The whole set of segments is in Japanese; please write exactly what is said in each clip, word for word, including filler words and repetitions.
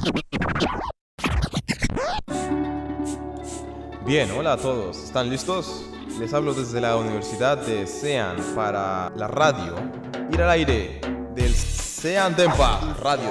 Bien, hola a todos. ¿Están listos? Les hablo desde la Universidad de Sean para la radio. Ir al aire del Sean Denpa Radio.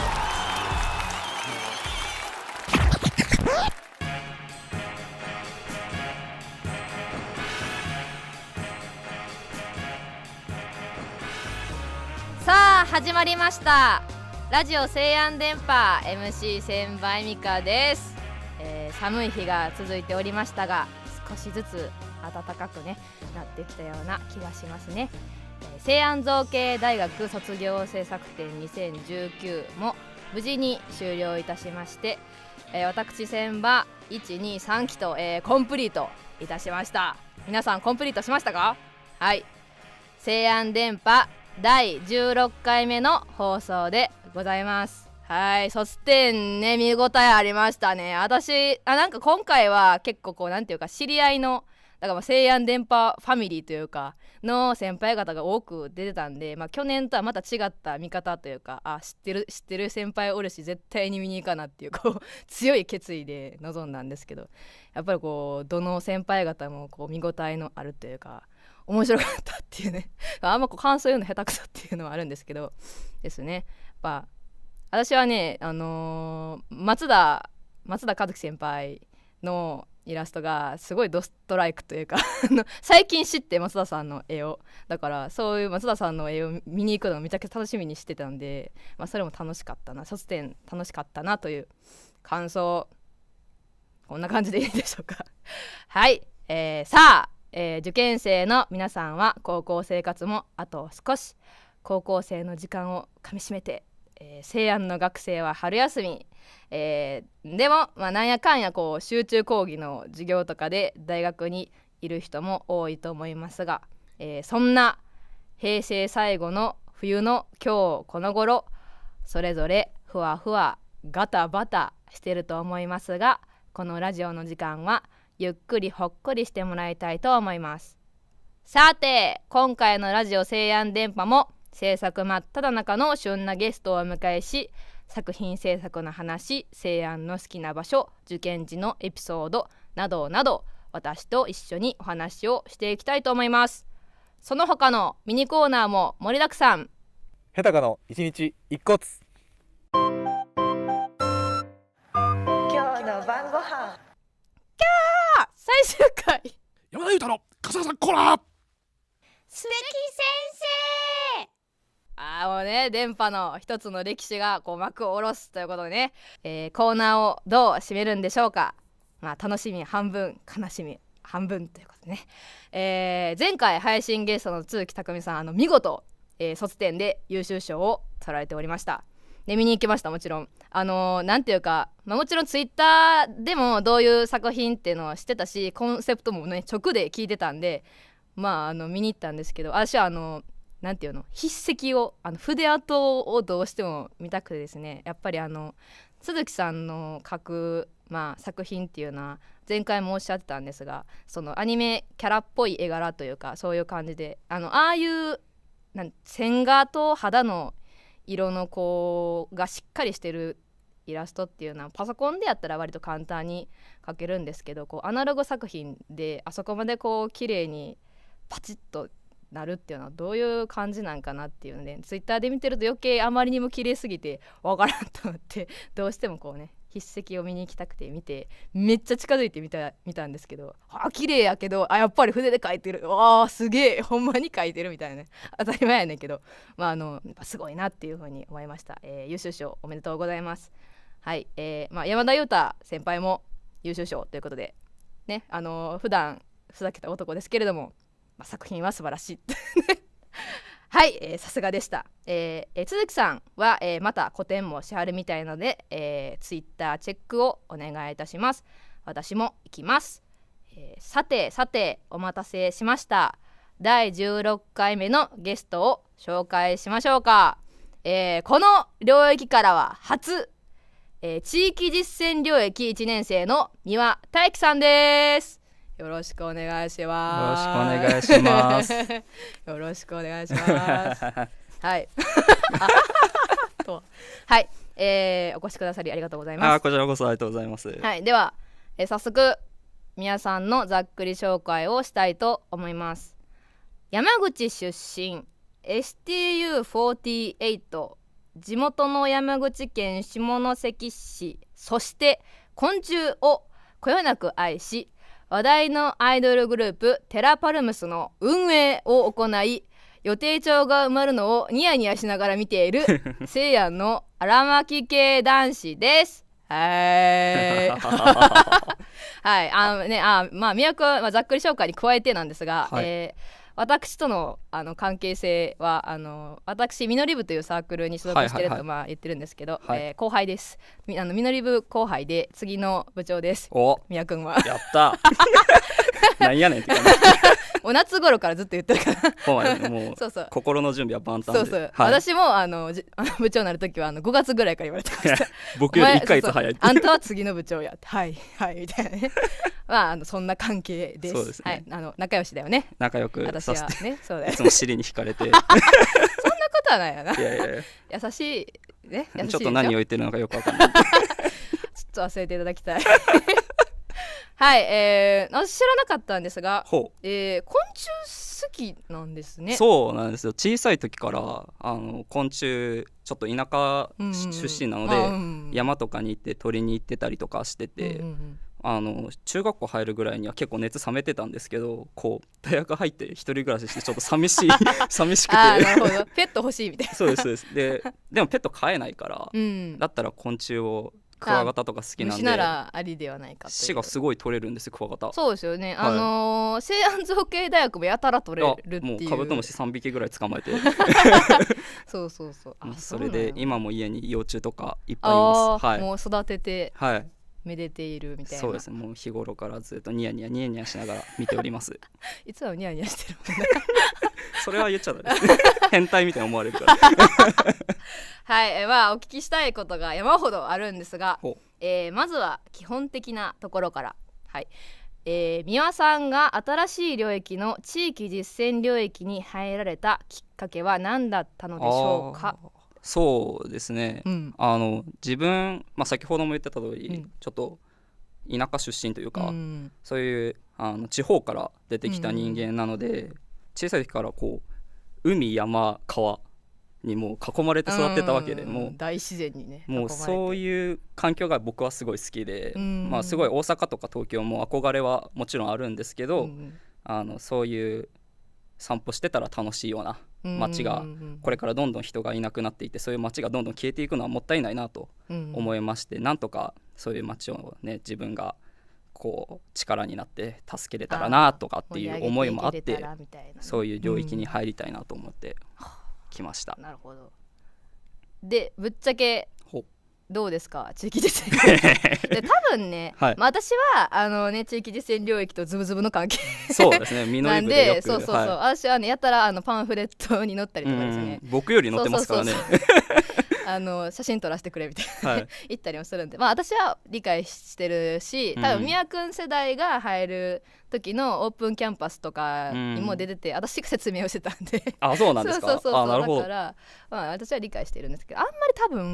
さあ始まりました。ラジオ西安電波 エムシー 千葉恵美香です。えー、寒い日が続いておりましたが、少しずつ暖かく、ね、なってきたような気がしますね。えー、西安造形大学卒業制作展にせんじゅうきゅうも無事に終了いたしまして、えー、私千葉いちにさんきと、えー、コンプリートいたしました。皆さんコンプリートしましたか？はい、西安電波だいじゅうろっかいめの放送でございます。はい、卒展ね、見応えありましたね。私あなんか今回は結構こうなんていうか知り合いのだからまあ西安電波ファミリーというかの先輩方が多く出てたんで、まあ、去年とはまた違った見方というか、あ知ってる知ってる先輩おるし絶対に見に行かなっていうこう強い決意で臨んだんですけど、やっぱりこうどの先輩方もこう見応えのあるというか面白かったっていうねあんまこう感想言うの下手くそっていうのはあるんですけどですね。やっぱ私はね、あのー、松田松田和樹先輩のイラストがすごいドストライクというか最近知って松田さんの絵を、だからそういう松田さんの絵を見に行くのをめちゃくちゃ楽しみにしてたんで、まあ、それも楽しかったな、卒展楽しかったなという感想、こんな感じでいいでしょうかはい、えー、さあ、えー、受験生の皆さんは高校生活もあと少し、高校生の時間をかみしめて、えー、西安の学生は春休み、えー、でも、まあ、なんやかんやこう集中講義の授業とかで大学にいる人も多いと思いますが、えー、そんな平成最後の冬の今日この頃、それぞれふわふわガタバタしてると思いますが、このラジオの時間はゆっくりほっこりしてもらいたいと思います。さて今回のラジオ西安電波も制作真っ只中の旬なゲストをお迎えし、作品制作の話、西安の好きな場所、受験時のエピソードなどなど、私と一緒にお話をしていきたいと思います。その他のミニコーナーも盛りだくさん。 ヘタカの一日一骨。 今日の晩ご飯。 キャー最終回。 山田裕太の笠原さんコラ。 素敵先生。あーもうね、電波の一つの歴史がこう幕を下ろすということでね、えー、コーナーをどう締めるんでしょうか。まあ楽しみ半分悲しみ半分ということでね、えー、前回配信ゲストの都築匠さん、あの見事、えー、卒展で優秀賞を取られておりました。で見に行きました。もちろんあのー、なんていうか、まあ、もちろんツイッターでもどういう作品っていうのを知ってたし、コンセプトもね直で聞いてたんで、まああの見に行ったんですけど、私はあのなんていうの、筆跡をあの筆跡をどうしても見たくてですね、やっぱりあの都築さんの描く、まあ、作品っていうのは前回もおっしゃってたんですが、そのアニメキャラっぽい絵柄というかそういう感じで、あのああいうなん線画と肌の色のこうがしっかりしてるイラストっていうのはパソコンでやったら割と簡単に描けるんですけど、こうアナログ作品であそこまでこう綺麗にパチッとなるっていうのはどういう感じなんかなっていうので、ツイッターで見てると余計あまりにも綺麗すぎてわからんと思ってどうしてもこうね筆跡を見に行きたくて見て、めっちゃ近づいてみた見たんですけど、あ綺麗やけど、あやっぱり筆で描いてる、わあすげえほんまに描いてるみたいなね、当たり前やねんけど、まああのやっぱすごいなっていう風に思いました。えー、優秀賞おめでとうございます。はい、えーまあ、山田裕太先輩も優秀賞ということでね、あのー、普段ふざけた男ですけれども、まあ、作品は素晴らしいはい、えー、さすがでした。えーえー、都築さんは、えー、また個展もしはるみたいなので、えー、ツイッターチェックをお願いいたします。私も行きます。えー、さてさてお待たせしました。だいじゅうろっかいめのゲストを紹介しましょうか。えー、この領域からは初、えー、地域実践領域いちねん生の三輪大輝さんです。よろしくお願いします。 よろしくお願いしますよろしくお願いしますはいとはい、 えー、お越しくださりありがとうございます。 あ、こちらこそありがとうございます。 はい、では、えー、早速皆さんのざっくり紹介をしたいと思います。山口出身 エスティーユーフォーティーエイト、 地元の山口県下関市、そして昆虫をこよなく愛し、話題のアイドルグループテラパルムスの運営を行い、予定調が埋まるのをニヤニヤしながら見ているせいやんの荒巻系男子です。はいはい、あのね、あ、まあ宮くん、まあ、ざっくり紹介に加えてなんですが、はい、えー私と の, あの関係性はあの私みのり部というサークルに所属してるとまあ言ってるんですけど、はいはいはい、えー、後輩です。みあのみのり部後輩で次の部長です。 お、 みやくんはやったなんやねんって感じもう夏頃からずっと言ってるからほんまにもうそうそう心の準備は万端で、 そうそう、 はい、 私もあのじあの部長になるときはあのごがつぐらいから言われてました僕よりいっかげつ早いってあんたは次の部長やってはいはいみたいなねまあ、あのそんな関係です。 そうですね、 はい、あの仲良しだよね。 仲良く私はね、そうだよいつも尻に惹かれてそんなことはないよな。 いやいやいや優しいね、優しいでしょ。 ちょっと何を言ってるのかよくわかんないちょっと忘れていただきたいはい、えー、私知らなかったんですが、 ほう、 えー、昆虫好きなんですね。 そうなんですよ。小さい時からあの昆虫ちょっと田舎出身なので、うんうん、山とかに行って鳥に行ってたりとかしてて、うんうんうん、あの中学校入るぐらいには結構熱冷めてたんですけど、こう大学入って一人暮らししてちょっと寂しい寂しくてあ、なるほど、ペット欲しいみたいなそうですそうです。ででもペット飼えないから、うん、だったら昆虫をクワガタとか好きなんで、 虫ならありではないかっていう。 死がすごい取れるんですよ、クワガタ。 そうですよね、はい、あのー、西安造形大学もやたら取れるっていう、 もうカブトムシさんびきぐらい捕まえてそうそうそう、あ、 それで今も家に幼虫とかいっぱいいます。はい、 もう育てて、 はい、 めでているみたいな。 そうですね、もう日頃からずっとニヤニヤニヤニヤしながら見ておりますいつもニヤニヤしてるもんそれは言っちゃダメです変態みたいに思われるからはい、えー、まあお聞きしたいことが山ほどあるんですが、えー、まずは基本的なところから、はい、えー、三輪さんが新しい領域の地域実践領域に入られたきっかけは何だったのでしょうか。 そうですね、うん、あの自分、まあ、先ほども言ってた通り、うん、ちょっと田舎出身というか、うん、そういうあの地方から出てきた人間なので、うん、小さい時からこう海山川にもう囲まれて育ってたわけで、うん、もう大自然にね、 もうそういう環境が僕はすごい好きで、うん、まあ、すごい大阪とか東京も憧れはもちろんあるんですけど、うん、あのそういう散歩してたら楽しいような街がこれからどんどん人がいなくなっていて、そういう街がどんどん消えていくのはもったいないなと思いまして、なんとかそういう街をね、自分がこう力になって助けれたらなとかっていう思いもあって、そういう領域に入りたいなと思ってきました。 なるほど。でぶっちゃけどうですか、地域実践で多分ね、はい、まあ、私はあの、ね、地域実践領域とズブズブの関係そうですね、実り部でよく、 そうそうそう、はい、私はねやったらあのパンフレットに載ったりとかですね、 僕より載ってますからね、 あの写真撮らせてくれみたいな、はい、言ったりもするんで、まあ、私は理解してるし、多分宮くん世代が入る時のオープンキャンパスとかにも出てて、うん、私が説明をしてたんであ、そうなんですか。 そうそうそう、 あ、なるほど。 だから、まあ、私は理解してるんですけど、あんまり多分、うん、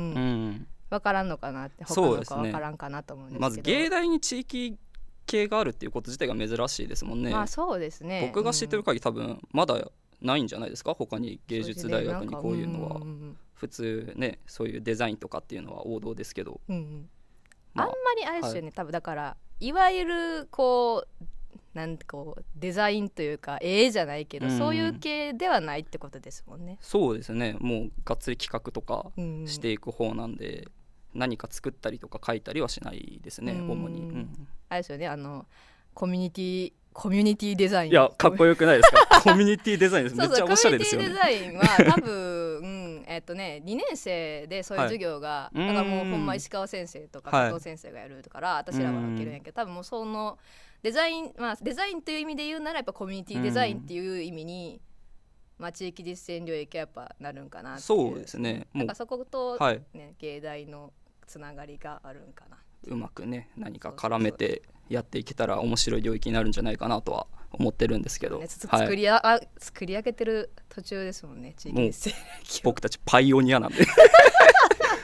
分からんのかなって、他の子は分からんかなと思うんですけど、 まず芸大に地域系があるっていうこと自体が珍しいですもんね。 まあそうですね、 僕が知ってる限り、うん、多分まだないんじゃないですか、他に芸術大学にこういうのは。普通ね、そういうデザインとかっていうのは王道ですけど、うんうん、 まあ、あんまりあれですよね、はい、多分だからいわゆるこうなんこうデザインというか絵じゃないけど、うん、そういう系ではないってことですもんね。 そうですね、もうがっつり企画とかしていく方なんで、うん、何か作ったりとか書いたりはしないですね、うん、主に、うん、 あれですよね、あのコミュニティコミュニティデザイン、 いやかっこよくないですかコミュニティデザインです。めっちゃおしゃれですよね。 コミュニティデザインは多分、うん、えっとねにねん生でそういう授業が、はい、だからもうほんま石川先生とか加藤先生がやるから、はい、私らは受けるんやけど、多分もうそのデザイン、まあ、デザインという意味で言うならやっぱコミュニティデザインっていう意味に、まあ、地域実践領域はやっぱなるんかなっていう。 そうですね、 もうなんかそこと、ね、 はい、 芸大のつながりがあるんかな。 うまくね何か絡めてやっていけたら面白い領域になるんじゃないかなとは思ってるんですけど、ね、 作り、はい、あ作り上げてる途中ですもんね、地域実践。 僕たちパイオニアなんで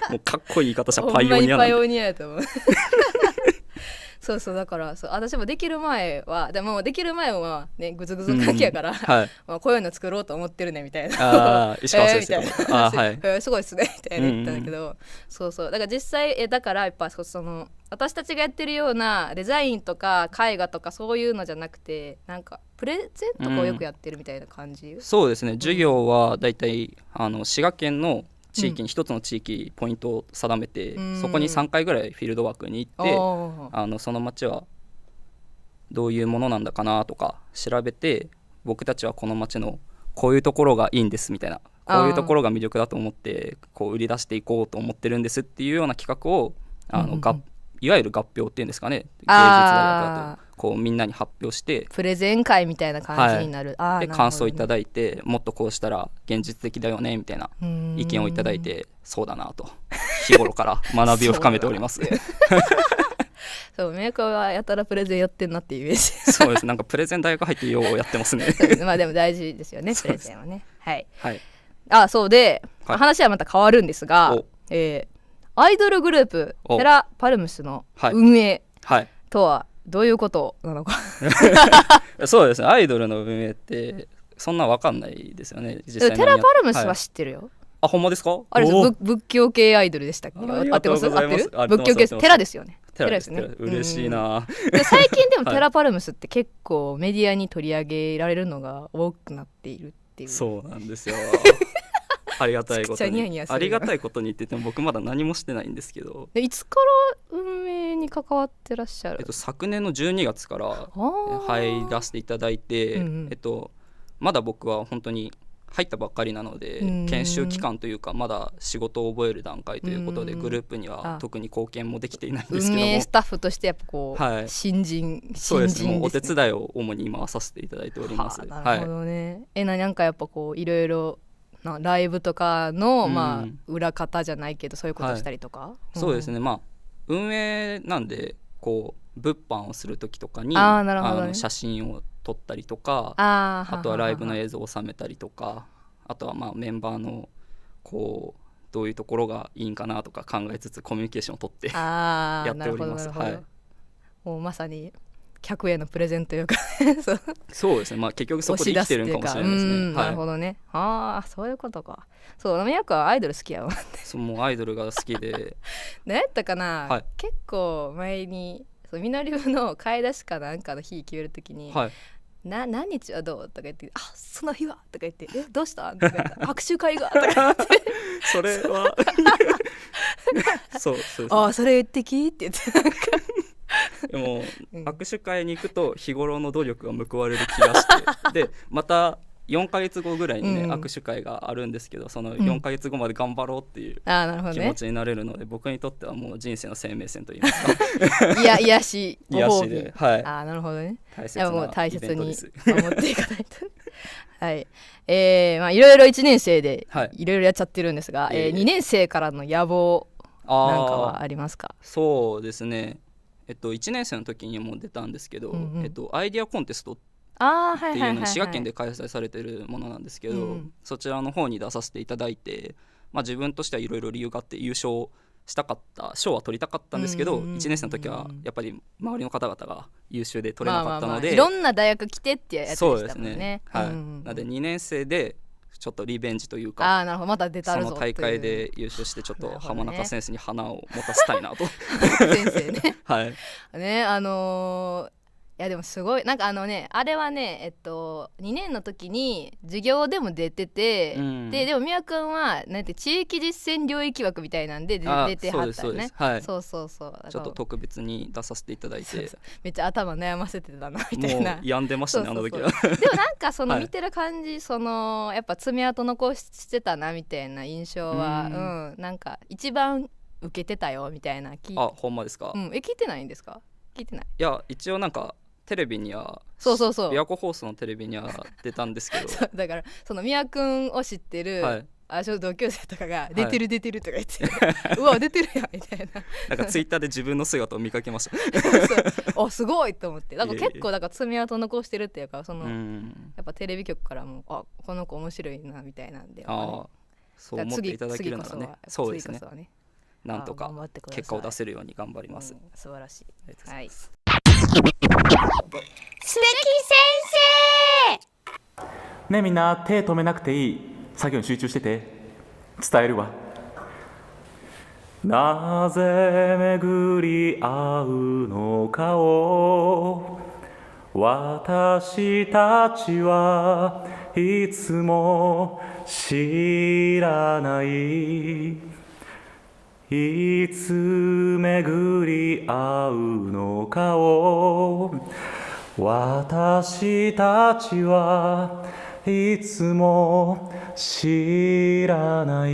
もうかっこいい言い方したらほパイオんまにパイニアなんで。 オニアやと思うそうそうだからそう私もできる前はでもできる前はねグズグズの関係やから、 うんはい、 まあこういうの作ろうと思ってるねみたいなああ石川先生えーみたいなとか、あーはい、 えーすごいっすねみたいな言ったんだけど、うんうん、そうそうだから実際えだからやっぱその私たちがやってるようなデザインとか絵画とかそういうのじゃなくてなんかプレゼントとかをよくやってるみたいな感じ、 うん、そうですね授業はだいたいあの滋賀県の地域に一つの地域ポイントを定めて、うん、そこにさんかいぐらいフィールドワークに行って、うん、あのその町はどういうものなんだかなとか調べて僕たちはこの町のこういうところがいいんですみたいなこういうところが魅力だと思ってこう売り出していこうと思ってるんですっていうような企画をあの、うんうん、がいわゆる合評っていうんですかね芸術大学だとこうみんなに発表してプレゼン会みたいな感じになる、 はい、であ、 感想いただいてもっとこうしたら現実的だよねみたいな意見をいただいてそうだなと日頃から学びを深めておりますそうメーカーはやたらプレゼンやってんなっていうイメージそうですなんかプレゼン大学入ってようやってますねまあでも大事ですよねプレゼンはねはい、 はい、 あそうで、はい、話はまた変わるんですが、えー、アイドルグループテラパルムスの運営とはどういうことなのか、 はい、そうですねアイドルの運営ってそんな分かんないですよね実際テラパルムスは知ってるよ、はい、 あほんまですかあれです仏教系アイドルでしたっけありがとうございます合ってます仏教系テラですよねテラですね嬉しいなで最近でもテラパルムスって結構メディアに取り上げられるのが多くなっているっていうそうなんですよありがたいことにニヤニヤするありがたいことにって言っても僕まだ何もしてないんですけどいつから運営に関わってらっしゃる、 えっと、昨年のじゅうにがつから入らせていただいて、うんうんえっと、まだ僕は本当に入ったばっかりなので研修期間というかまだ仕事を覚える段階ということでグループには特に貢献もできていないんですけども運営スタッフとしてやっぱこう、はい、新人新人そうですねもうお手伝いを主に今はさせていただいております。 なるほどね、はい、えなんかやっぱこういろいろなライブとかの、まあ、裏方じゃないけどそういうことしたりとか、はいうん、そうですねまあ運営なんでこう物販をする時とかにあ、なるほどね、 あの写真を撮ったりとか あ, あとはライブの映像を収めたりとかあとはまあメンバーのこうどういうところがいいんかなとか考えつつコミュニケーションを取ってやっております。はい、 もうまさに客へのプレゼンというかそうそうですねまあ結局そこで生きてるんかもしれないですね。 うん、はい、なるほどねああそういうことかそうみやくはアイドル好きやわそうもうアイドルが好きで何やったかな、はい、結構前にそうみのりゅうの買い出しかなんかの日決めるときに、はいな何日はどうとか言ってあその日はとか言ってえどうしたとか言って握手会がとか言ってそれはそうそうですね、 あそれ言ってきって言ってなんかでも、うん、握手会に行くと日頃の努力が報われる気がしてでまたよんかげつごぐらいにね、うん、握手会があるんですけどそのよんかげつごまで頑張ろうっていう気持ちになれるので、うんね、僕にとってはもう人生の生命線といいますかいや癒し癒しで、はい、 あなるほどね大切なもう大切に守っていかないとはいえーまあ、いろいろいちねん生でいろいろやっちゃってるんですが、はいえー、にねん生からの野望なんかはありますか？ そうですね、えっと、いちねん生の時にも出たんですけど、うんうんえっと、アイディアコンテストっていうの滋賀県で開催されてるものなんですけど、うん、そちらの方に出させていただいて、まあ、自分としてはいろいろ理由があって優勝したかった賞は取りたかったんですけど、うんうんうんうん、いちねん生の時はやっぱり周りの方々が優秀で取れなかったので、まあまあまあ、 いろんな大学来てってやつでしたもんね。 そうですね、はいうんうん、なのでにねん生でちょっとリベンジというかあなるほどまた出たるぞその大会で優勝してちょっと浜中先生に花を持たせたいなと先生ねはいねあのーいやでもすごいなんかあのねあれはねえっとにねんの時に授業でも出てて、うん、ででもみやくんはなんて地域実践領域枠みたいなんで出てはったよね。 はい、 そうそうそうちょっと特別に出させていただいてそうそうめっちゃ頭悩ませてたなみたいなもう病んでましたねそうそうそうあの時はでもなんかその見てる感じ、はい、そのやっぱ爪痕残してたなみたいな印象はうん、うん、なんか一番受けてたよみたいな聞いあほんまですか、 うん、え聞いてないんですか聞いてないいや一応なんかテレビにはそうそうそう琵琶湖放送のテレビには出たんですけどだからそのみやくんを知ってる、はい、あちょっと同級生とかが出てる出てるとか言って、はい、うわ出てるやんみたいななんかツイッターで自分の姿を見かけましたそうすごいと思ってなんか結構だから爪痕残してるっていうかそのやっぱテレビ局からもあこの子面白いなみたいなんであそう思っていただけるならねそうですねなんとか頑張ってください。 結果を出せるように頑張ります。 うん、素晴らしい。 ありがとうございます。 はい。素敵先生。 ねえみんな手止めなくていい、作業に集中してて。伝えるわ。なぜ巡り合うのかを私たちはいつも知らない。いつ巡り合うのかを私たちはいつも知らない。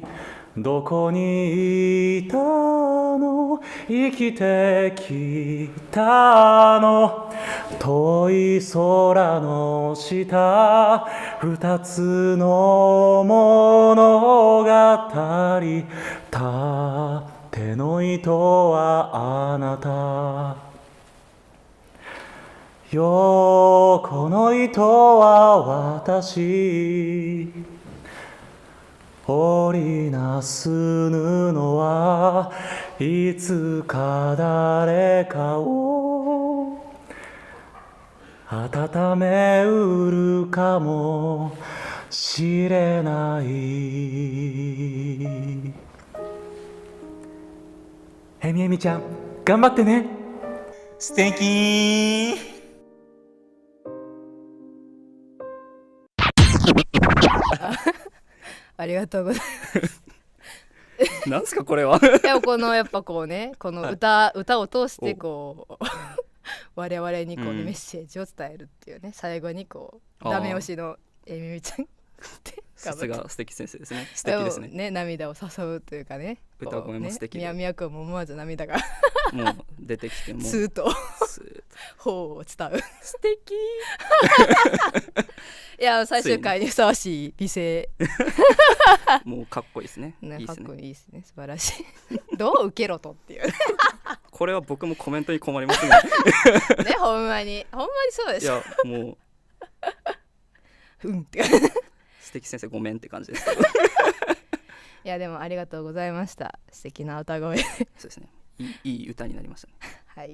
どこにいたの、生きてきたの、遠い空の下、二つの物語、縦の糸はあなた、横の糸は私、織りなす布はいつか誰かを温めうるかもしれない。えみえみちゃん頑張ってね。 素敵。 ありがとうございますなんすかこれは。 でもこのやっぱこうね、この歌、歌を通してこう我々にこう、ね、メッセージを伝えるっていうね、最後にこうダメ押しのえみみちゃんってさすが素敵先生ですね。素敵ですね。 ね、涙を誘うというかね、 歌声も素敵で、 みやみやくんも思わず涙がもう出てきてもスーッとスーッと頬を伝う素敵いや最終回にふさわしい美声もうかっこいいですね。 ね、 いいですね、 かっこいいですね。素晴らしいどう受けろとっていうこれは僕もコメントに困りますねね、ほんまにほんまにそうでしょ。 いやもううんって素敵先生ごめんって感じですけどいやでもありがとうございました。素敵な歌声そうですね、いい、いい歌になりましたねはい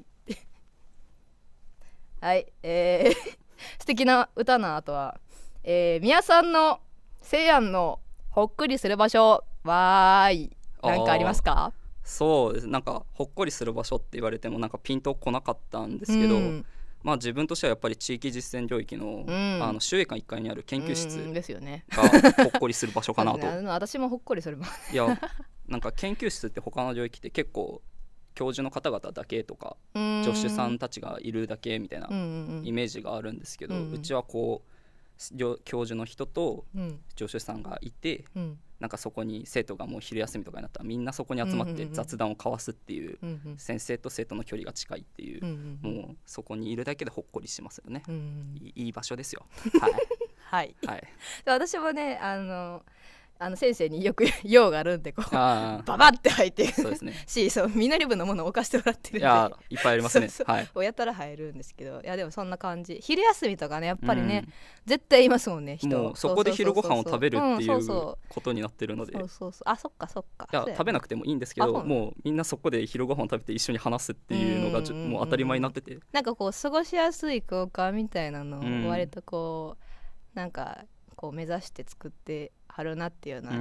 はい、えー、素敵な歌の後は、えー、宮さんのせいやんのほっくりする場所わーい、なんかありますか？ そうです、なんかほっこりする場所って言われてもなんかピンとこなかったんですけど、うん、まあ自分としてはやっぱり地域実践領域の、うん、あの州営館いっかいにある研究室がほっこりする場所かなと、 ね、私もほっこりする場いやなんか研究室って他の領域って結構教授の方々だけとか助手さんたちがいるだけみたいなイメージがあるんですけど、うんうん、うちはこう教授の人と助手さんがいて、うん、なんかそこに生徒がもう昼休みとかになったらみんなそこに集まって雑談を交わすっていう、うんうん、先生と生徒の距離が近いっていう、うんうん、もうそこにいるだけでほっこりしますよね、うんうん、い, いい場所ですよはい、 はいはい、私もねあのあの先生によく用があるんでこうババって入ってそうです、ね、しそうみなり部のものを置かしてもらってるんでいやいっぱいありますねそうそう、はい、やったら入るんですけど、いやでもそんな感じ。昼休みとかねやっぱりね、うん、絶対いますもんね人。 もうそこで昼ご飯を食べるっていうことになってるので、 そうそうそう、あそっかそっか、 いや食べなくてもいいんですけど、もうみんなそこで昼ご飯を食べて一緒に話すっていうのがじゅもう当たり前になってて、 なんかこう過ごしやすい空間みたいなのを割とこうなんかこう目指して作ってはるなっていうのは、うん、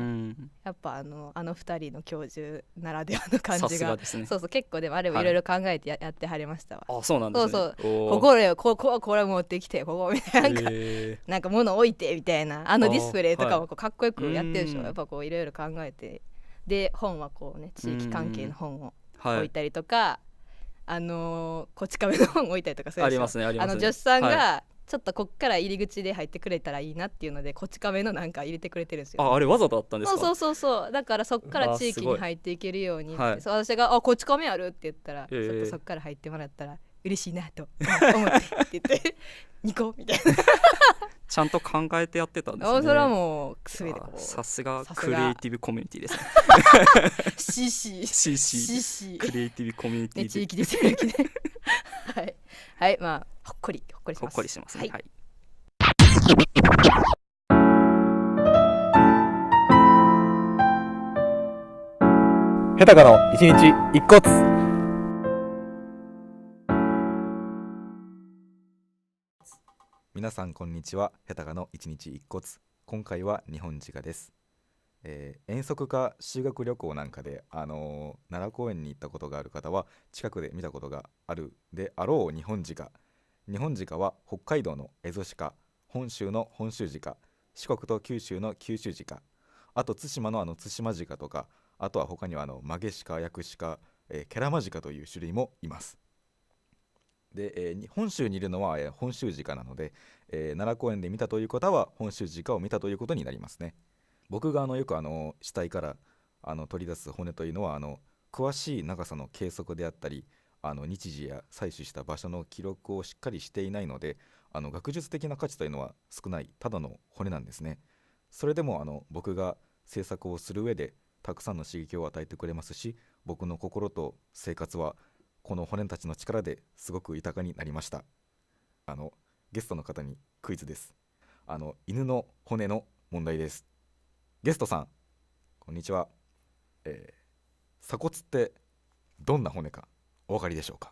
やっぱあのあのふたりの教授ならではの感じが、ね、そうそう結構でもあれもいろいろ考えて や,、はい、やってはりましたわ。 あ、そうなんですね。 そうそうここでこここれ持ってきてここみたいななんか、えー、なんか物置いてみたいなあのディスプレイとかもこうかっこよくやってるでしょ、はい、やっぱこういろいろ考えて、で本はこうね地域関係の本を置いたりとか、はい、あのー、こち亀の本置いたりとかするでしょ。 ありますねありますね。 あの女子さんが、 はい、 ちょっとこっから入り口で入ってくれたらいいなっていうのでこち亀のなんか入れてくれてるんですよ。 あ、あれわざとあったんですか？ そうそうそうそう、だからそっから地域に入っていけるようにって、はい、そう私があこち亀あるって言ったら、えー、ちょっとそっから入ってもらったら嬉しいなと思ってって言ってニコみたいなちゃんと考えてやってたんですね。 それはもう全てこうさすがクリエイティブコミュニティですねシーシーシーシーシーシークリエイティブコミュニティで、 ね、地域ですよねはいはい、まあほっこりほっこりします。 ほっこりしますね。はい、はい。 ヘタカの一日一骨。 皆さんこんにちは。ヘタカの一日一骨。今回は日本鹿です。えー、遠足か修学旅行なんかで、あのー、奈良公園に行ったことがある方は近くで見たことがあるであろう日本鹿。日本鹿は北海道のエゾシカ、本州の本州鹿、四国と九州の九州鹿、あと対馬のあの対馬鹿とか、あとは他にはあのマゲシカ、ヤクシカ、えー、ケラマジカという種類もいます。で、えー、本州にいるのは、えー、本州鹿なので、えー、奈良公園で見たという方は本州鹿を見たということになりますね。僕があのよくあの死体からあの取り出す骨というのはあの詳しい長さの計測であったり、あの日時や採取した場所の記録をしっかりしていないので、あの学術的な価値というのは少ないただの骨なんですね。それでもあの僕が制作をする上でたくさんの刺激を与えてくれますし、僕の心と生活はこの骨たちの力ですごく豊かになりました。あのゲストの方にクイズです。あの犬の骨の問題です。ゲストさんこんにちは。えー、鎖骨ってどんな骨かお分かりでしょうか。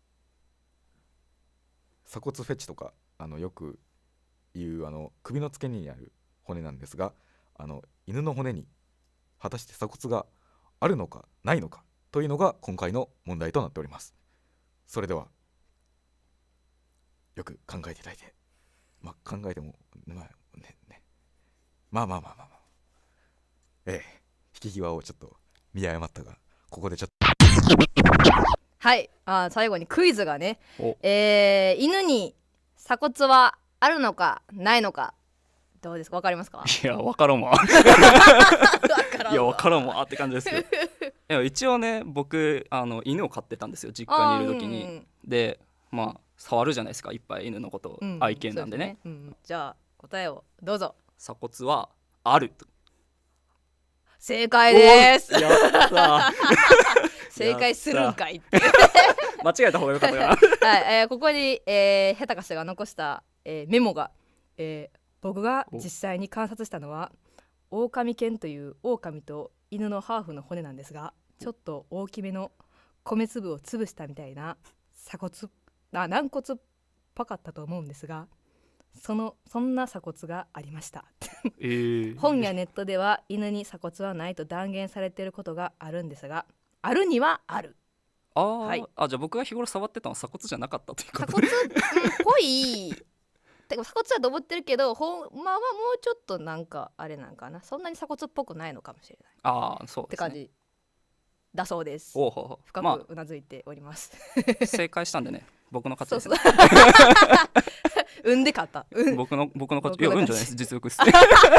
鎖骨フェチとかあのよく言うあの首の付け根にある骨なんですが、あの犬の骨に果たして鎖骨があるのかないのかというのが今回の問題となっております。それではよく考えていただいて、まあ考えてもまあねねまあまあまあまあまあええ引き際をちょっと見誤ったが、ここでちょっとはいあ最後にクイズがね、えー、犬に鎖骨はあるのかないのかどうですか、わかりますか。 いやわからんわいやわからんわって感じですけどいや一応ね僕あの犬を飼ってたんですよ、実家にいる時に、うんうん、でまあ触るじゃないですかいっぱい犬のこと、うん、愛犬なんでね、 うん、じゃあ答えをどうぞ。 鎖骨はある。 正解です。 やった正解するんかいって間違えた方がよかったかなはい、えー、ここに、えー、ヘタカシが残した、えー、メモが、えー、僕が実際に観察したのはオオカミ犬というオオカミと犬のハーフの骨なんですが、ちょっと大きめの米粒を潰したみたいな鎖骨あ軟骨っぽかったと思うんですが、そのそんな鎖骨がありました、えー、本やネットでは犬に鎖骨はないと断言されていることがあるんですが、あるにはある。 あ、はい、あじゃあ僕が日頃触ってたのは鎖骨じゃなかったということ鎖骨っぽいてか鎖骨はドボってるけどほんまはもうちょっとなんかあれなんかな、そんなに鎖骨っぽくないのかもしれない。 ああそうですねって感じだそうです。 おうほうほう深くうなずいております、 まあ、正解したんでね僕の勝ちです。 そうそう産んで勝った、うん、 僕の僕の勝ち。いや運じゃないです、実力です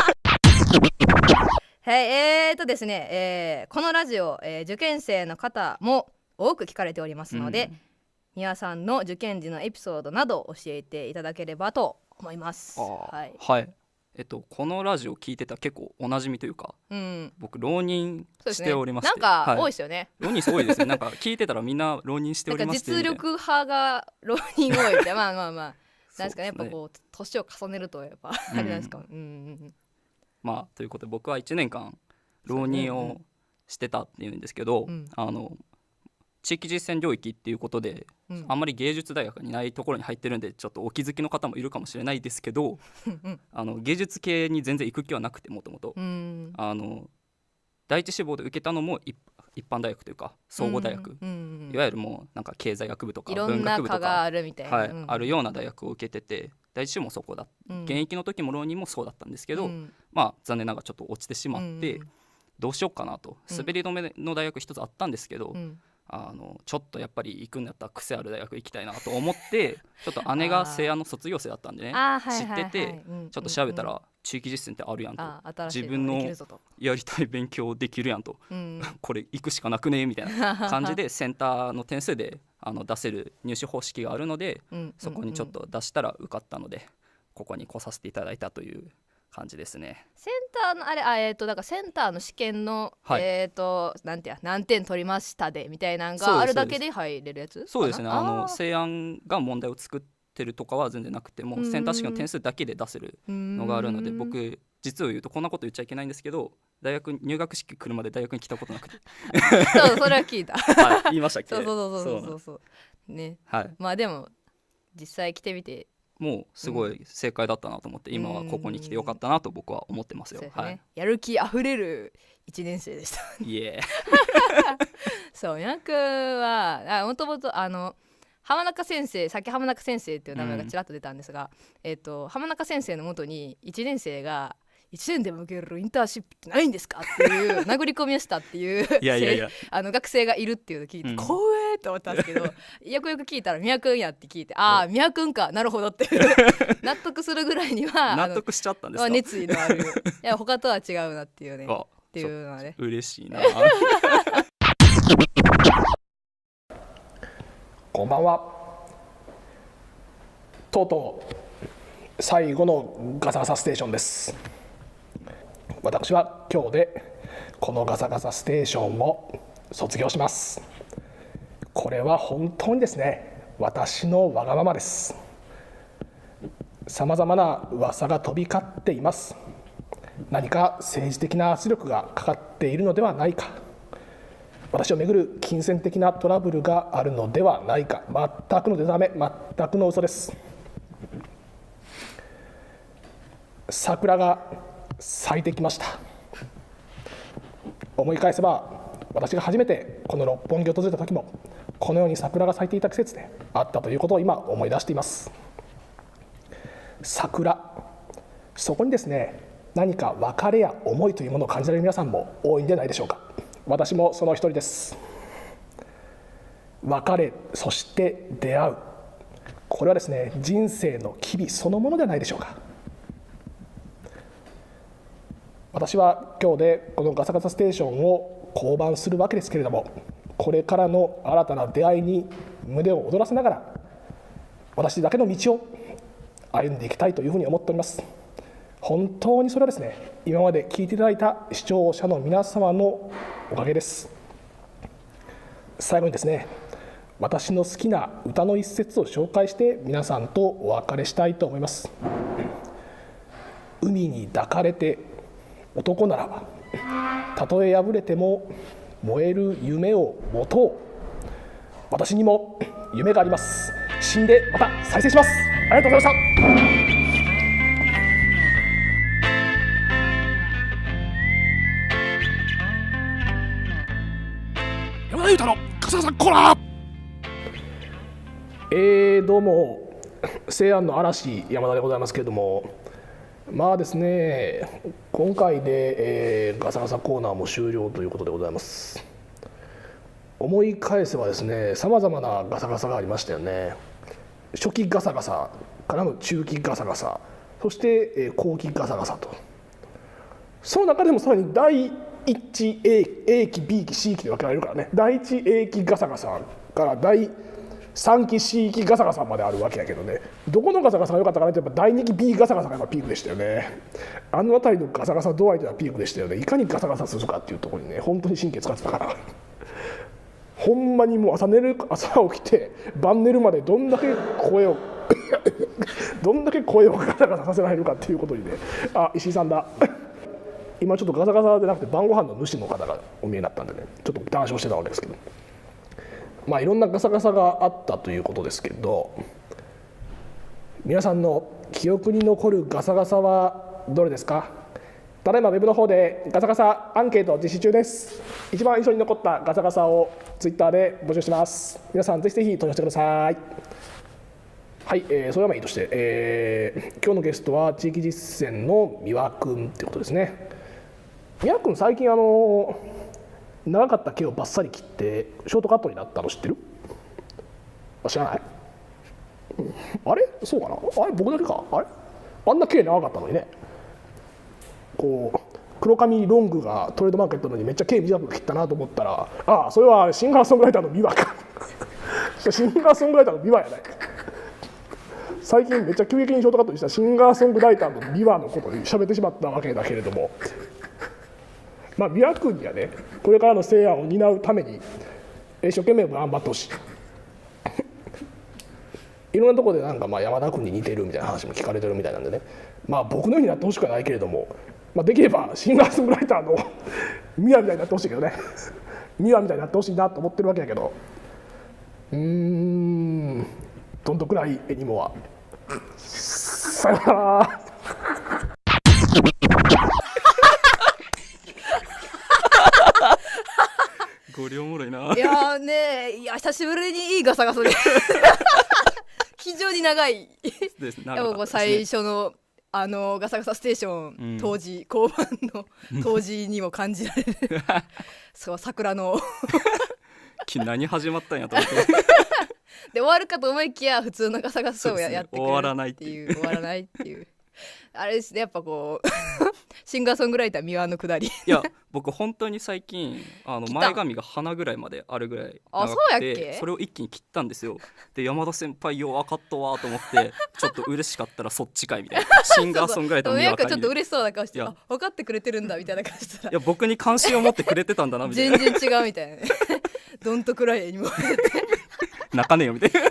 はい、えーとですね、えー、このラジオ、えー、受験生の方も多く聞かれておりますので、うん、皆さんの受験時のエピソードなど教えていただければと思います。はい、 はい、えっとこのラジオ聞いてた結構おなじみというか、うん、僕浪人しておりまして、 ね、なんか多いですよね、はい、 浪人多いですねなんか聞いてたらみんな浪人しておりましてなんか実力派が浪人多いみたいなまあまあまあなんですかね、やっぱこう年を重ねるとやっぱあれなんですか、うんうんうん、 まあということで僕はいちねんかん浪人をしてたっていうんですけど、うん、あの地域実践領域っていうことで、うん、あんまり芸術大学にないところに入ってるんでちょっとお気づきの方もいるかもしれないですけどあの芸術系に全然行く気はなくて、もともと第一志望で受けたのも一一般大学というか総合大学、うんうんうん、いわゆるもうなんか経済学部とか文学部とかあるみたいな、 はいうん、あるような大学を受けてて、第一志望もそこだ、うん、現役の時も浪人もそうだったんですけど、うん、まあ残念ながらちょっと落ちてしまって、うん、どうしようかなと、滑り止めの大学一つあったんですけど、うん、あのちょっとやっぱり行くんだったら癖ある大学行きたいなと思ってちょっと姉が西安の卒業生だったんでね知ってて、ちょっと調べたら地域実践ってあるやんと、自分のやりたい勉強できるやんと、うん、これ行くしかなくねみたいな感じでセンターの点数であの出せる入試方式があるので、うん、そこにちょっと出したら受かったのでここに来させていただいたという感じですね。 センターのあれあえっ、ー、とだからセンターの試験の、はい、えっ、ー、となんてや何点取りましたでみたいなのがあるだけで入れるやつ。 そうですね、あの西安が問題を作っててるとかは全然なくて、もうセンター試験の点数だけで出せるのがあるので、僕実を言うとこんなこと言っちゃいけないんですけど、大学入学式来るまで大学に来たことなくてそうそれは聞いたはい、言いましたっけ。 そうそうそうそうそうね、 はい、 まあでも実際来てみてもうすごい正解だったなと思って、うん、今はここに来てよかったなと僕は思ってますよ。 そうですね、 はい、 やる気あふれるいちねん生でしたいえそう、ヤンクはもともとあの浜中先生、さっき浜中先生っていう名前がちらっと出たんですが、うん、えーと、浜中先生のもとにいちねん生がいちねんでも受けるインターンシップってないんですかっていう殴り込みをしたっていういやいやいやあの学生がいるっていうのを聞いて、うん、怖えと思ったんですけどよくよく聞いたら宮君やって聞いて、ああ宮君か、なるほどって納得するぐらいには納得しちゃったんですか。 熱意のあるいや他とは違うなっていうねっていうのはね嬉しいなこんばんは。とうとう最後のガサガサステーションです。私は今日でこのガサガサステーションを卒業します。これは本当にですね、私のわがままです。さまざまな噂が飛び交っています。何か政治的な圧力がかかっているのではないか、私をめぐる金銭的なトラブルがあるのではないか、全くのデタめ、全くの嘘です。桜が咲いてきました。思い返せば、私が初めてこの六本木を訪れた時もこのように桜が咲いていた季節であったということを今思い出しています。桜、そこにですね、何か別れや思いというものを感じられる皆さんも多いんではないでしょうか。私もその一人です。別れ、そして出会う、これはですね、人生の機微そのものではないでしょうか。私は今日でこのガサガサステーションを降板するわけですけれども、これからの新たな出会いに胸を躍らせながら、私だけの道を歩んでいきたいというふうに思っております。本当にそれはですね、今まで聞いていただいた視聴者の皆様のおかげです。最後にですね、私の好きな歌の一節を紹介して皆さんとお別れしたいと思います。海に抱かれて男ならば、たとえ破れても燃える夢を持とう。私にも夢があります。死んでまた再生します。ありがとうございました。 山田裕太の笠原さんコラ。 えー、どうも西安の嵐山田でございますけれども、まあですね、今回で、えー、ガサガサコーナーも終了ということでございます。思い返せばですね、さまざまなガサガサがありましたよね。初期ガサガサからの中期ガサガサ、そして、えー、後期ガサガサと、その中でもさらにだいいち A, A 期 B 期 C 期で分けられるからね、だいいち A 期ガサガサからだいさん期 C 期ガサガサまであるわけやけどね、どこのガサガサが良かったかなって、やっぱだいに期 B ガサガサがやっぱピークでしたよね。あの辺りのガサガサ度合いではピークでしたよね。いかにガサガサするかっていうところにね、本当に神経使ってたからほんまにもう朝寝る朝起きて晩寝るまでどんだけ声をどんだけ声をガサガサさせられるかっていうことにね、あ、石井さんだ今ちょっとガサガサでなくて晩ご飯の主の方がお見えになったんでね、ちょっと談笑してたわけですけど、まあいろんなガサガサがあったということですけど、皆さんの記憶に残るガサガサはどれですか？ただいまウェブの方でガサガサアンケート実施中です。一番印象に残ったガサガサをツイッターで募集します。皆さんぜひぜひ投票してください。はい、えー、それはまあいいとして、えー、今日のゲストは地域実践の三輪くんってことですね。三輪くん最近あの長かった毛をバッサリ切ってショートカットになったの知ってる？知らない？あれそうかな、あれ僕だけか、あれあんな毛長かったのにね、こう黒髪ロングがトレードマークやったのにめっちゃ毛短く切ったなと思ったら、ああそれはシンガーソングライターの三輪かシンガーソングライターの三輪やない最近めっちゃ急激にショートカットにしたシンガーソングライターの三輪のことに喋ってしまったわけだけれども、まあ三輪君にはね、これからの西安を担うために一生懸命頑張ってほしいいろんなところでなんかまあ山田君に似てるみたいな話も聞かれてるみたいなんでね、まあ僕のようになってほしくはないけれども、まあ、できればシンガーソングライターのミワみたいになってほしいけどねミワみたいになってほしいなと思ってるわけやけど、うーんどんどんくらい絵にもはさよならゴリおもろいな。 いやーね、いや久しぶりにいいガサガサで非常に長いですね。 やっぱこう最初のあのガサガサステーション、うん、当時交番の当時にも感じられるそう桜の何始まったんやと思ってで終わるかと思いきや普通のガサガサを や,、ね、やってくれる終わらないっていう終わらないっていうあれですね、やっぱこうシンガーソングライター三輪のくだりいや僕本当に最近あの前髪が鼻ぐらいまであるぐらい長くて、それを一気に切ったんですよ。で山田先輩よう分かったわと思ってちょっと嬉しかったらそっちかいみたいなシンガーソングライターの三輪かいちょっと嬉しそうな顔してあ分かってくれてるんだみたいな感じしたらいや僕に関心を持ってくれてたんだなみたいな全然違うみたいなねどんとくらいにも泣かねえよみたいない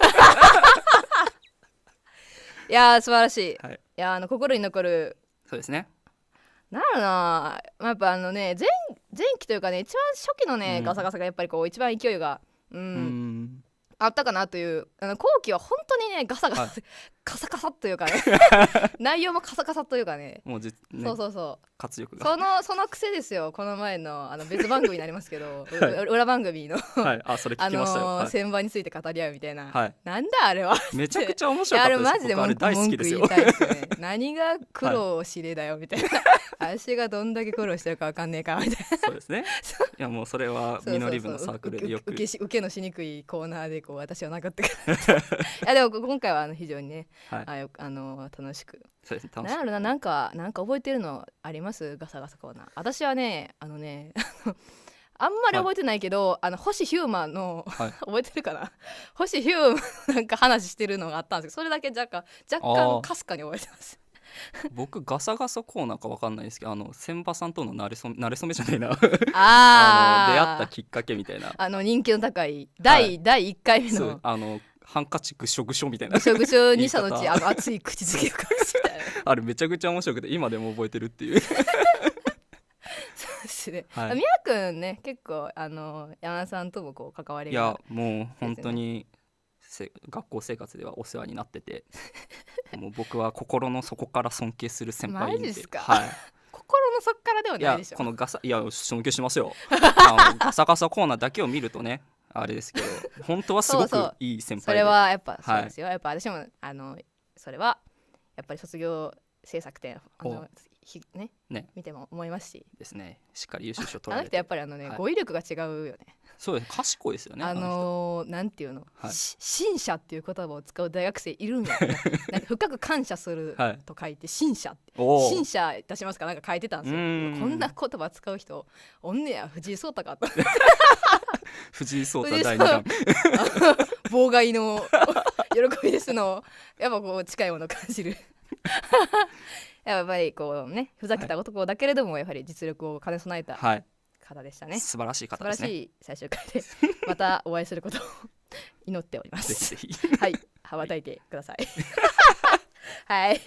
やー素晴らしい、 はい、 いやあの心に残るそうですね。 なんだろうな、まあ、やっぱあのね 前, 前期というかね一番初期のね、うん、ガサガサがやっぱりこう一番勢いが、うん、うんあったかなという。あの後期は本当にねガサガサ、はい、カサカサというかね内容もカサカサというかねもうじ、ね、 そうそうそう活力がそのその癖ですよ。この前 の, あの別番組になりますけど、はい、裏番組の、 はい、あそれ聞きましたよ、 あのーはい、旋盤について語り合うみたいな、 はい、 なんだあれはめちゃくちゃ面白かったです。 あれマジで文句大好きですよ文句言いたいですよね何が苦労を知れだよみたいな、はい、私がどんだけ苦労してるか分かんねえかみたいなそうですねいやもうそれはミノリブのサークルでよく受け, 受けのしにくいコーナーでこう私を殴ってくるいやでも今回はあの非常にね、はい、ああの楽しくそうですね、楽しくなんやろな、なんかなんか覚えてるのあります？ガサガサコーナー。私はねあのねあんまり覚えてないけど、はい、あの星ヒューマンの、はい、覚えてるかな星ヒューマンなんか話してるのがあったんですけど、それだけ若干若干かすかに覚えてます僕ガサガサコーナーか分かんないですけど、あの千葉さんとのなれそなれそめじゃないなああの出会ったきっかけみたいな、 あの人気の高い第、はい、だいいっかいめのあのハンカチぐしょぐしょみたいなぐしょぐしょに社のうちあの熱い口づけを返すみたいなあれめちゃくちゃ面白くて今でも覚えてるっていうそうですね、はい、宮くんね結構あの山田さんともこう関わりが、 いやもう本当に学校生活ではお世話になっててもう僕は心の底から尊敬する先輩で。 マジですか、 はい、 心の底からではないでしょ。 いやこのガサいや尊敬しますよあのガサガサコーナーだけを見るとねあれですけど本当はすごくいい先輩で、 そうそうそれはやっぱそうですよ、はい、やっぱ私もあのそれはやっぱり卒業制作展あのひ、ねね、見ても思いますしですね、しっかり優秀賞取られてあの人やっぱりあの、ねはい、語彙力が違うよね。 そうです賢いですよね。 あのー、なんていうの、はい、親謝っていう言葉を使う大学生いるんやなんか深く感謝すると書いて親謝って親謝出しますかなんか書いてたんですよ。こんな言葉使う人おんねや藤井聡太かと藤井聡太第二弾妨害の喜びですのやっぱこう近いものを感じるやっぱりこうねふざけた男だけれども、はい、やはり実力を兼ね備えた方でしたね、はい、 素晴らしい方ですね。 素晴らしい最終回でまたお会いすることを祈っておりますぜひぜひはい羽ばたいてくださいはい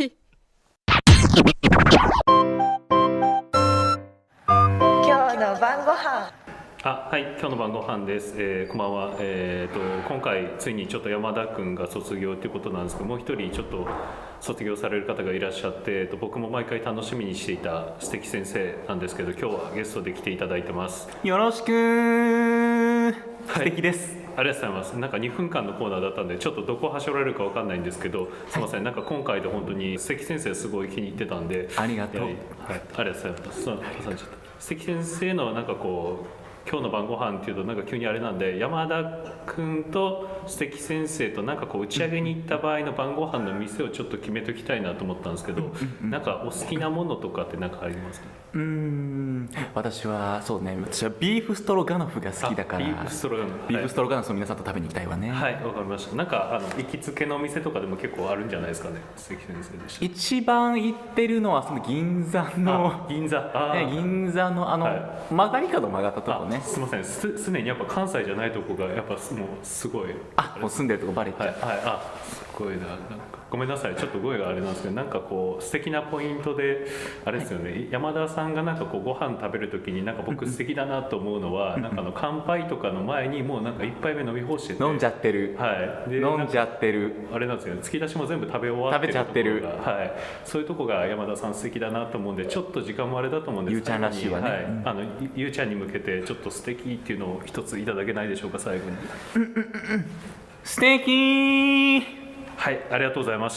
今日の晩ご飯あはい今日の晩ご飯です、えー、こんばんは、えー、と今回ついにちょっと山田くんが卒業ということなんですけど、もう一人ちょっと卒業される方がいらっしゃって、えー、と僕も毎回楽しみにしていた素敵先生なんですけど、今日はゲストで来ていただいてます。 よろしくー、素敵です、 はい、ありがとうございます。なんかにふんかんのコーナーだったんでちょっとどこ走られるか分かんないんですけど、すみません、はい、なんか今回で本当に素敵先生すごい気に入ってたんでありがとう、 はい、ありがとうございます。そう素敵先生のなんかこう今日の晩ご飯っていうとなんか急にあれなんで、山田君と素敵先生となんかこう打ち上げに行った場合の晩ご飯の店をちょっと決めときたいなと思ったんですけど、なんかお好きなものとかってなんかありますか？ うーん私はそうね、私はビーフストロガノフが好きだから。 ビーフストロガノフ、 ビーフストロガノフを皆さんと食べに行きたいわね。 はい、わかりました。なんかあの行きつけのお店とかでも結構あるんじゃないですかね。素敵先生でした。 一番行ってるのはその銀座の銀座あ、 ね、銀座のあの、はい、曲がり角曲がったとこね、 ね。 すみません、す常にやっぱ関西じゃないとこがやっぱもうすごい、 あ、もう住んでるとこバレちゃう。 はい、はい、あ、すごいな、なんかごめんなさい、ちょっと声があれなんですけど、なんかこう素敵なポイントであれですよね、はい、山田さんがなんかこうご飯食べるときになんか僕素敵だなと思うのは、なんかあの乾杯とかの前にもうなんか一杯目飲み干してて、 飲んじゃってる、 はい、で飲んじゃってる、 あれなんですよね、突き出しも全部食べ終わってる、 食べちゃってる、 はい、そういうとこが山田さん素敵だなと思うんで、ちょっと時間もあれだと思うんですけど、 ゆうちゃんらしいわね、 はい、あのゆうちゃんに向けてちょっと素敵っていうのを一ついただけないでしょうか、最後に。 素敵、 はい、ありがとうございました。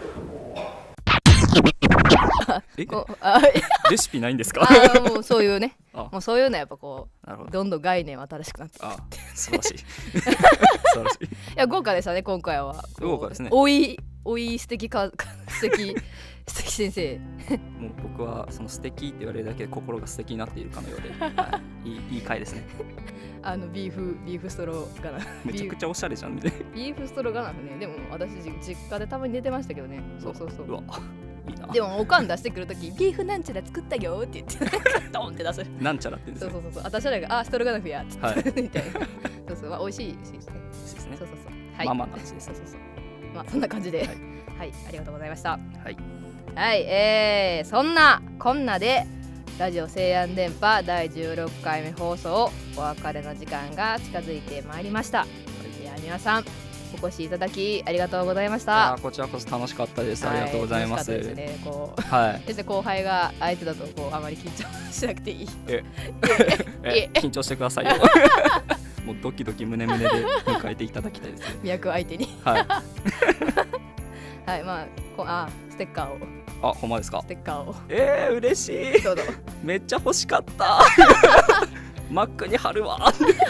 えこうあレシピないんですか？ あもうそういうね、 あもうそういうのやっぱこなるほどうどんどん概念は新しくなってあ素晴らしい素晴らしい。 いや豪華でしたね今回は。 豪華ですね。 おいおい素敵か素敵素敵先生。 もう僕はその素敵って言われるだけで心が素敵になっているかのようで、はい、いいいい回ですね。 あのビーフビーフストロガナフめちゃくちゃおしゃれじゃんね。 ビーフストロガナフね。でも私実家でたまに寝てましたけどね。そうそうそう。 うわいいな。 でもおかん出してくるときビーフなんちゃら作ったよって言ってドンって出す。 なんちゃらって言うんですね。 そうそうそう。私らがあストロガナフやっつって、はい、みたいな。そうそう、まあ、美味しいですね。 美味しいですね。 そうそうそう。はい。 ママの味です。 そうそうそう。まあそんな感じで、はい、はい、ありがとうございました。 はい。 はい、えー、そんなこんなでラジオ西安電波だいじゅうろっかいめ放送お別れの時間が近づいてまいりました。では皆さんお越しいただきありがとうございました。 こちらこそ楽しかったです。ありがとうございます。 はい、楽しかったですね。こう、 はい。 先生後輩が相手だとこうあまり緊張しなくていい。 え、え、緊張してくださいよ。もうドキドキ胸胸で迎えていただきたいですね。 脈相手に。はい。はい、まあこあステッカーを。 あ、ほんまですか。 ステッカーを。 えー、嬉しい。 どうぞ。 めっちゃ欲しかった。マックに貼るわ。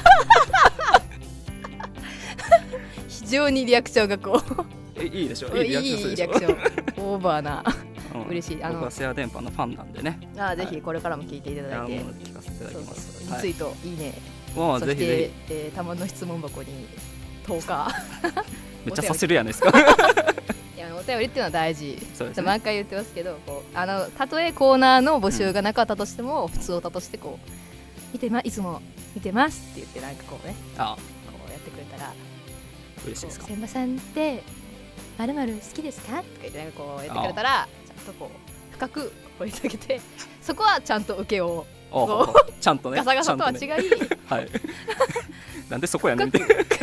非常にリアクションがこうえいいでしょ。いいリアクションするでしょ。 いいリアクションオーバーな、うん、嬉しい。 あの僕はセア電波のファンなんでね。 あ、はい、ぜひこれからも聞いていただいて、 聞かせていただきます。 リツイート、いいね。 もうぜひぜひ。 えー、たまの質問箱に投下。 めっちゃさせるやんですか。 いやお便りっていうのは大事。 そうですね。 毎回言ってますけど、こうあのたとえコーナーの募集がなかったとしても、うん、普通歌としてこう見てまいつも見てますって言ってなんかこうね、 ああこうやってくれたら嬉しいですか。 千葉さんってまるまる好きですかとか言ってなんかこうやってくれたらちゃんとこう深く掘り下げてそこはちゃんと受けをちゃんとねガサガサとは違い、ね、 はいなんでそこやねんって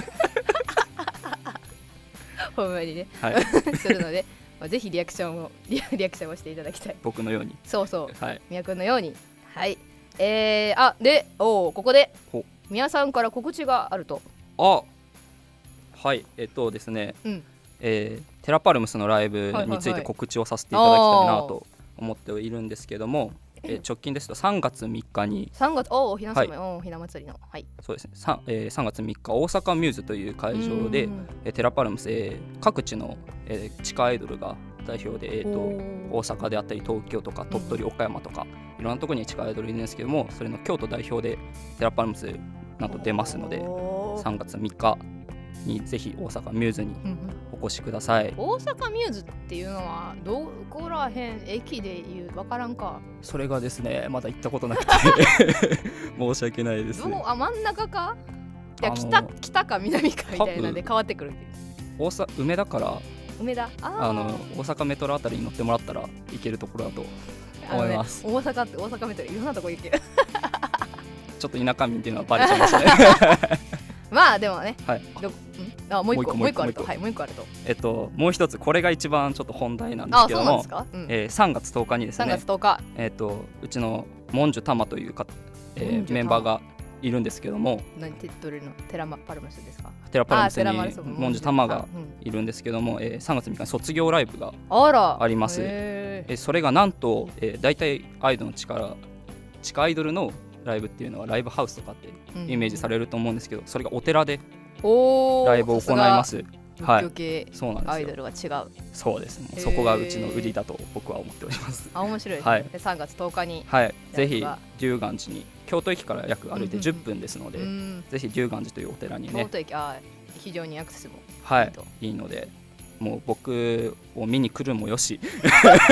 ほんまにね、はい、するので、まあ、ぜひリアクションをリア、リアクションをしていただきたい。 僕のように。 そうそう、 はい、 宮君のように。はいえー、あでおここで宮さんから告知があると。 あはいえっとですね、うんえー、テラパルムスのライブについて告知をさせていただきたいなと思っているんですけども、えー、直近ですとさんがつみっかにさんがつおおひなさま、はい、おひな祭りの、はい、 そうですね 3,、えー、さんがつみっか大阪ミューズという会場で、えー、テラパルムス、えー、各地の、えー、地下アイドルが代表で、えー、と大阪であったり東京とか鳥取、岡山とかいろんなところに地下アイドルいるんですけども、それの京都代表でテラパルムスなんと出ますのでさんがつみっかにぜひ大阪ミューズにお越しください。 大阪ミューズっていうのはどこらへん駅でいうわからんか。 それがですねまだ行ったことなくて申し訳ないです。 どうあ真ん中かいや 北, 北か南かみたいなで変わってくる。 大阪梅田から梅田ああの大阪メトロあたりに乗ってもらったら行けるところだと思います。 ね、大阪って大阪メトロいろんなとこ行けるちょっと田舎民っていうのはバレちゃいましたねまあでもね、 はい、 どあもう一個もう一個あると、はい、もう一個あると、 えっともう一つこれが一番ちょっと本題なんですけども、うん、えー、さんがつとおかにですね、 さんがつとおか、 えっとうちのモンジュタマというか、えー、メンバーがいるんですけども、 何テトルのテラパルムスですか？ テラパルムスにモンジュタマがいるんですけども、うん、えー、さんがつみっかに卒業ライブがあります。えー、それがなんと、えー、大体アイドルの力地下アイドルのライブっていうのはライブハウスとかってイメージされると思うんですけど、それがお寺でライブを行います。 はい、そうなんですよ。アイドルは違う。 そうです。もうそこがうちの売りだと僕は思っております。 あ、面白いですね。はい、でさんがつとおかに、 はい、ぜひ龍岩寺に京都駅から約歩いてじゅっぷんですので、うんうん、ぜひ龍岩寺というお寺にね。 京都駅あ非常にアクセスもはい、いいので。もう僕を見に来るもよし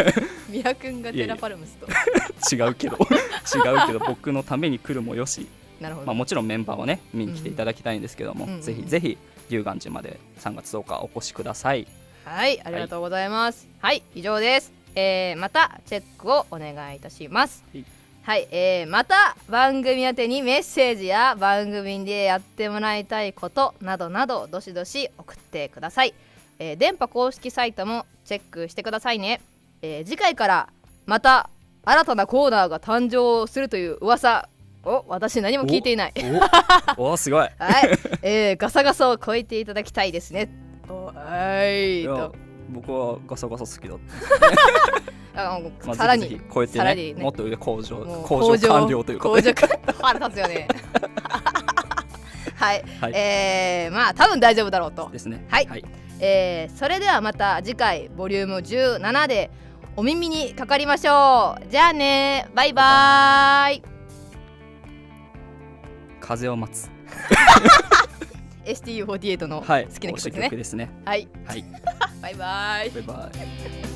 宮君がテラパルムスと違うけど違うけど僕のために来るもよしなるほど、 まあ、もちろんメンバーをね見に来ていただきたいんですけども、 うんうん、 ぜひぜひ龍岩寺までさんがつとおかお越しください。 はい、ありがとうございます。はい、はい、以上です。えー、またチェックをお願いいたします。はい、はい、えー、また番組宛てにメッセージや番組でやってもらいたいことなどなどどしどし送ってください。えー、電波公式サイトもチェックしてくださいね。えー、次回からまた新たなコーナーが誕生するという噂を私何も聞いていない。 おおすごい。 はい、えー、ガサガサを超えていただきたいですね。はいと僕はガサガサ好きだったまあ、 さらにぜひぜひ超えて ね, ねもっと上向上向上完了ということで腹立つよねはい、はい、えー、まあ多分大丈夫だろうとですね。 はい、はい、えー、それではまた次回ボリュームじゅうななでお耳にかかりましょう。じゃあね、バイバーイ。 風を待つエスティーユーフォーティーエイト の好きな曲ですね。 はい、曲ですね。 はい、 はい、 バイバイ。 バイバイ。